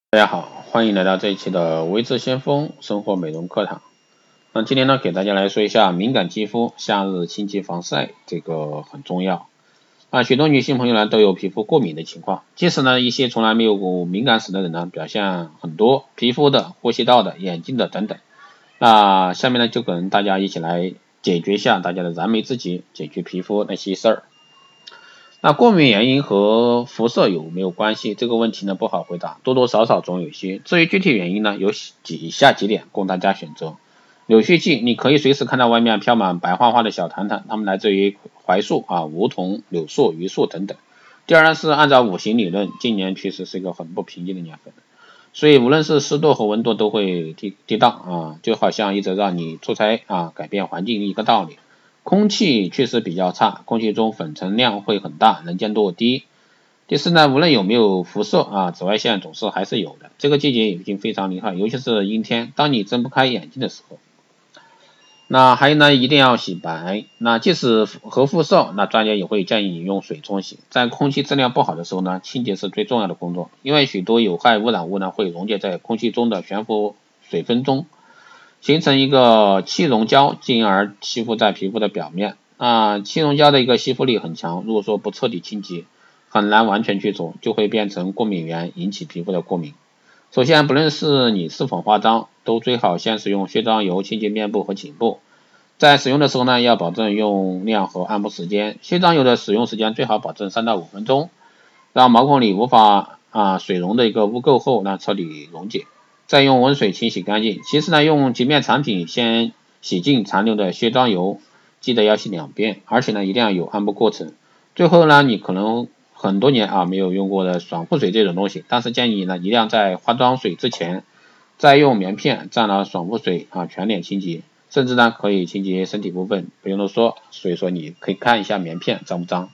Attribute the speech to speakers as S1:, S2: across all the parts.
S1: 大家好，欢迎来到这一期的微智先锋生活美容课堂。那今天呢，给大家来说一下敏感肌肤夏日清洁防晒，这个很重要。许多女性朋友呢都有皮肤过敏的情况，即使呢一些从来没有过敏感史的人呢，表现很多，皮肤的、呼吸道的、眼睛的等等。那下面呢就跟大家一起来解决一下大家的燃眉之急，解决皮肤那些事儿。那过敏原因和辐射有没有关系？这个问题呢不好回答，多多少少总有些。至于具体原因呢，有以下几点供大家选择。柳絮剂，你可以随时看到外面飘满白花花的小团团，它们来自于槐树、梧桐、柳树、榆树等等。第二呢是按照五行理论，今年确实是一个很不平静的年份，所以无论是湿度和温度都会跌宕就好像一直让你出差改变环境的一个道理。空气确实比较差，空气中粉尘量会很大，能见度低。第四呢，无论有没有辐射紫外线总是还是有的。这个季节已经非常厉害，尤其是阴天，当你睁不开眼睛的时候。那还有呢，一定要洗白。那即使核辐射，那专家也会建议你用水冲洗。在空气质量不好的时候呢，清洁是最重要的工作，因为许多有害污染物呢会溶解在空气中的悬浮水分中，形成一个气溶胶，进而吸附在皮肤的表面。气溶胶的一个吸附力很强，如果说不彻底清洁，很难完全去除，就会变成过敏源，引起皮肤的过敏。首先，不论是你是否化妆，都最好先使用卸妆油清洁面部和颈部。在使用的时候呢，要保证用量和按摩时间。卸妆油的使用时间最好保证3到5分钟，让毛孔里无法水溶的一个污垢后呢彻底溶解。再用温水清洗干净。其次呢，用洁面产品先洗净残留的卸妆油，记得要洗2遍，而且呢一定要有按摩过程。最后呢，你可能很多年没有用过的爽肤水这种东西，但是建议呢一定要在化妆水之前再用棉片蘸了爽肤水全脸清洁，甚至呢可以清洁身体部分，不用多说，所以说你可以看一下棉片脏不脏。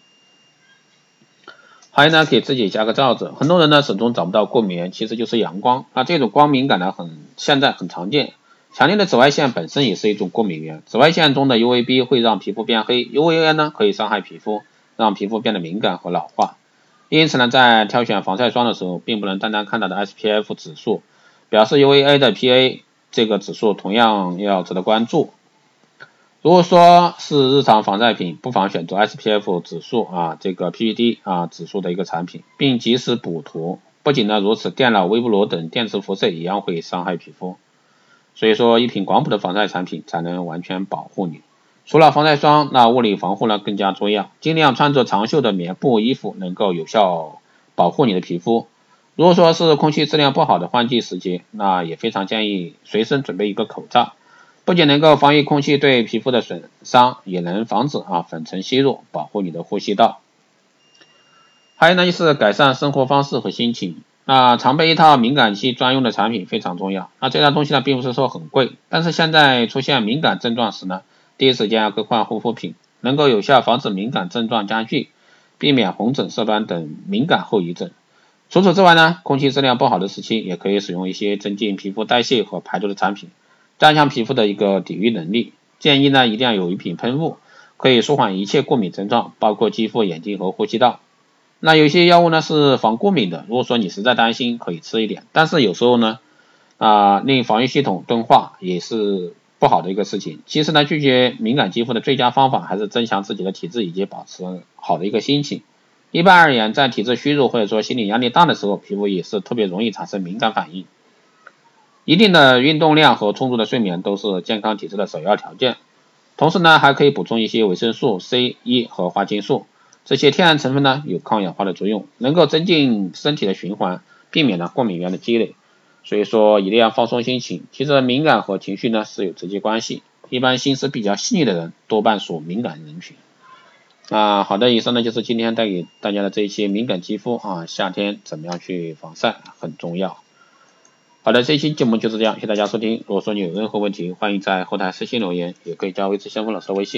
S1: 还有呢，给自己加个罩子。很多人呢始终找不到过敏源，其实就是阳光。这种光敏感呢现在很常见。强烈的紫外线本身也是一种过敏源。紫外线中的 UVB 会让皮肤变黑 ，UVA 呢可以伤害皮肤，让皮肤变得敏感和老化。因此呢，在挑选防晒霜的时候，并不能单单看它的 SPF 指数，表示 UVA 的 PA 这个指数同样要值得关注。如果说是日常防晒品，不妨选择 SPF 指数这个 PVD 指数的一个产品，并及时补涂。不仅呢如此，电脑、微波炉等电磁辐射一样会伤害皮肤。所以说，一瓶广谱的防晒产品才能完全保护你。除了防晒霜，那物理防护呢更加重要。尽量穿着长袖的棉布衣服，能够有效保护你的皮肤。如果说是空气质量不好的换季时节，那也非常建议随身准备一个口罩。不仅能够防御空气对皮肤的损伤，也能防止粉尘吸入，保护你的呼吸道。还有呢，就是改善生活方式和心情。常备一套敏感期专用的产品非常重要。这套东西呢，并不是说很贵，但是现在出现敏感症状时呢，第一时间要更换护肤品，能够有效防止敏感症状加剧，避免红疹、色斑等敏感后遗症。除此之外呢，空气质量不好的时期，也可以使用一些增进皮肤代谢和排毒的产品，加强皮肤的一个抵御能力。建议呢，一定要有一瓶喷雾，可以舒缓一切过敏症状，包括肌肤、眼睛和呼吸道。那有些药物呢是防过敏的，如果说你实在担心，可以吃一点，但是有时候呢令防御系统钝化也是不好的一个事情。其实呢，拒绝敏感肌肤的最佳方法还是增强自己的体质以及保持好的一个心情。一般而言，在体质虚弱或者说心理压力大的时候，皮肤也是特别容易产生敏感反应。一定的运动量和充足的睡眠都是健康体质的首要条件。同时呢，还可以补充一些维生素 C、E 和花青素。这些天然成分呢有抗氧化的作用，能够增进身体的循环，避免过敏源的积累。所以说一定要放松心情。其实敏感和情绪呢是有直接关系，一般心思比较细腻的人多半属敏感人群。好的，以上呢就是今天带给大家的这一期敏感肌肤夏天怎么样去防晒很重要。好的，这一期节目就是这样，谢谢大家收听。如果说你有任何问题，欢迎在后台私信留言，也可以加微智先锋老师的微信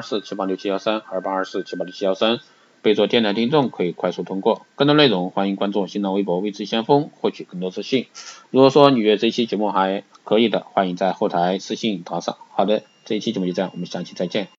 S1: 2824786713，2824786713，备注电台听众，可以快速通过。更多内容欢迎关注新浪微博微智先锋，获取更多资讯。如果说你觉得这一期节目还可以的，欢迎在后台私信打赏。好的，这一期节目就这样，我们下期再见。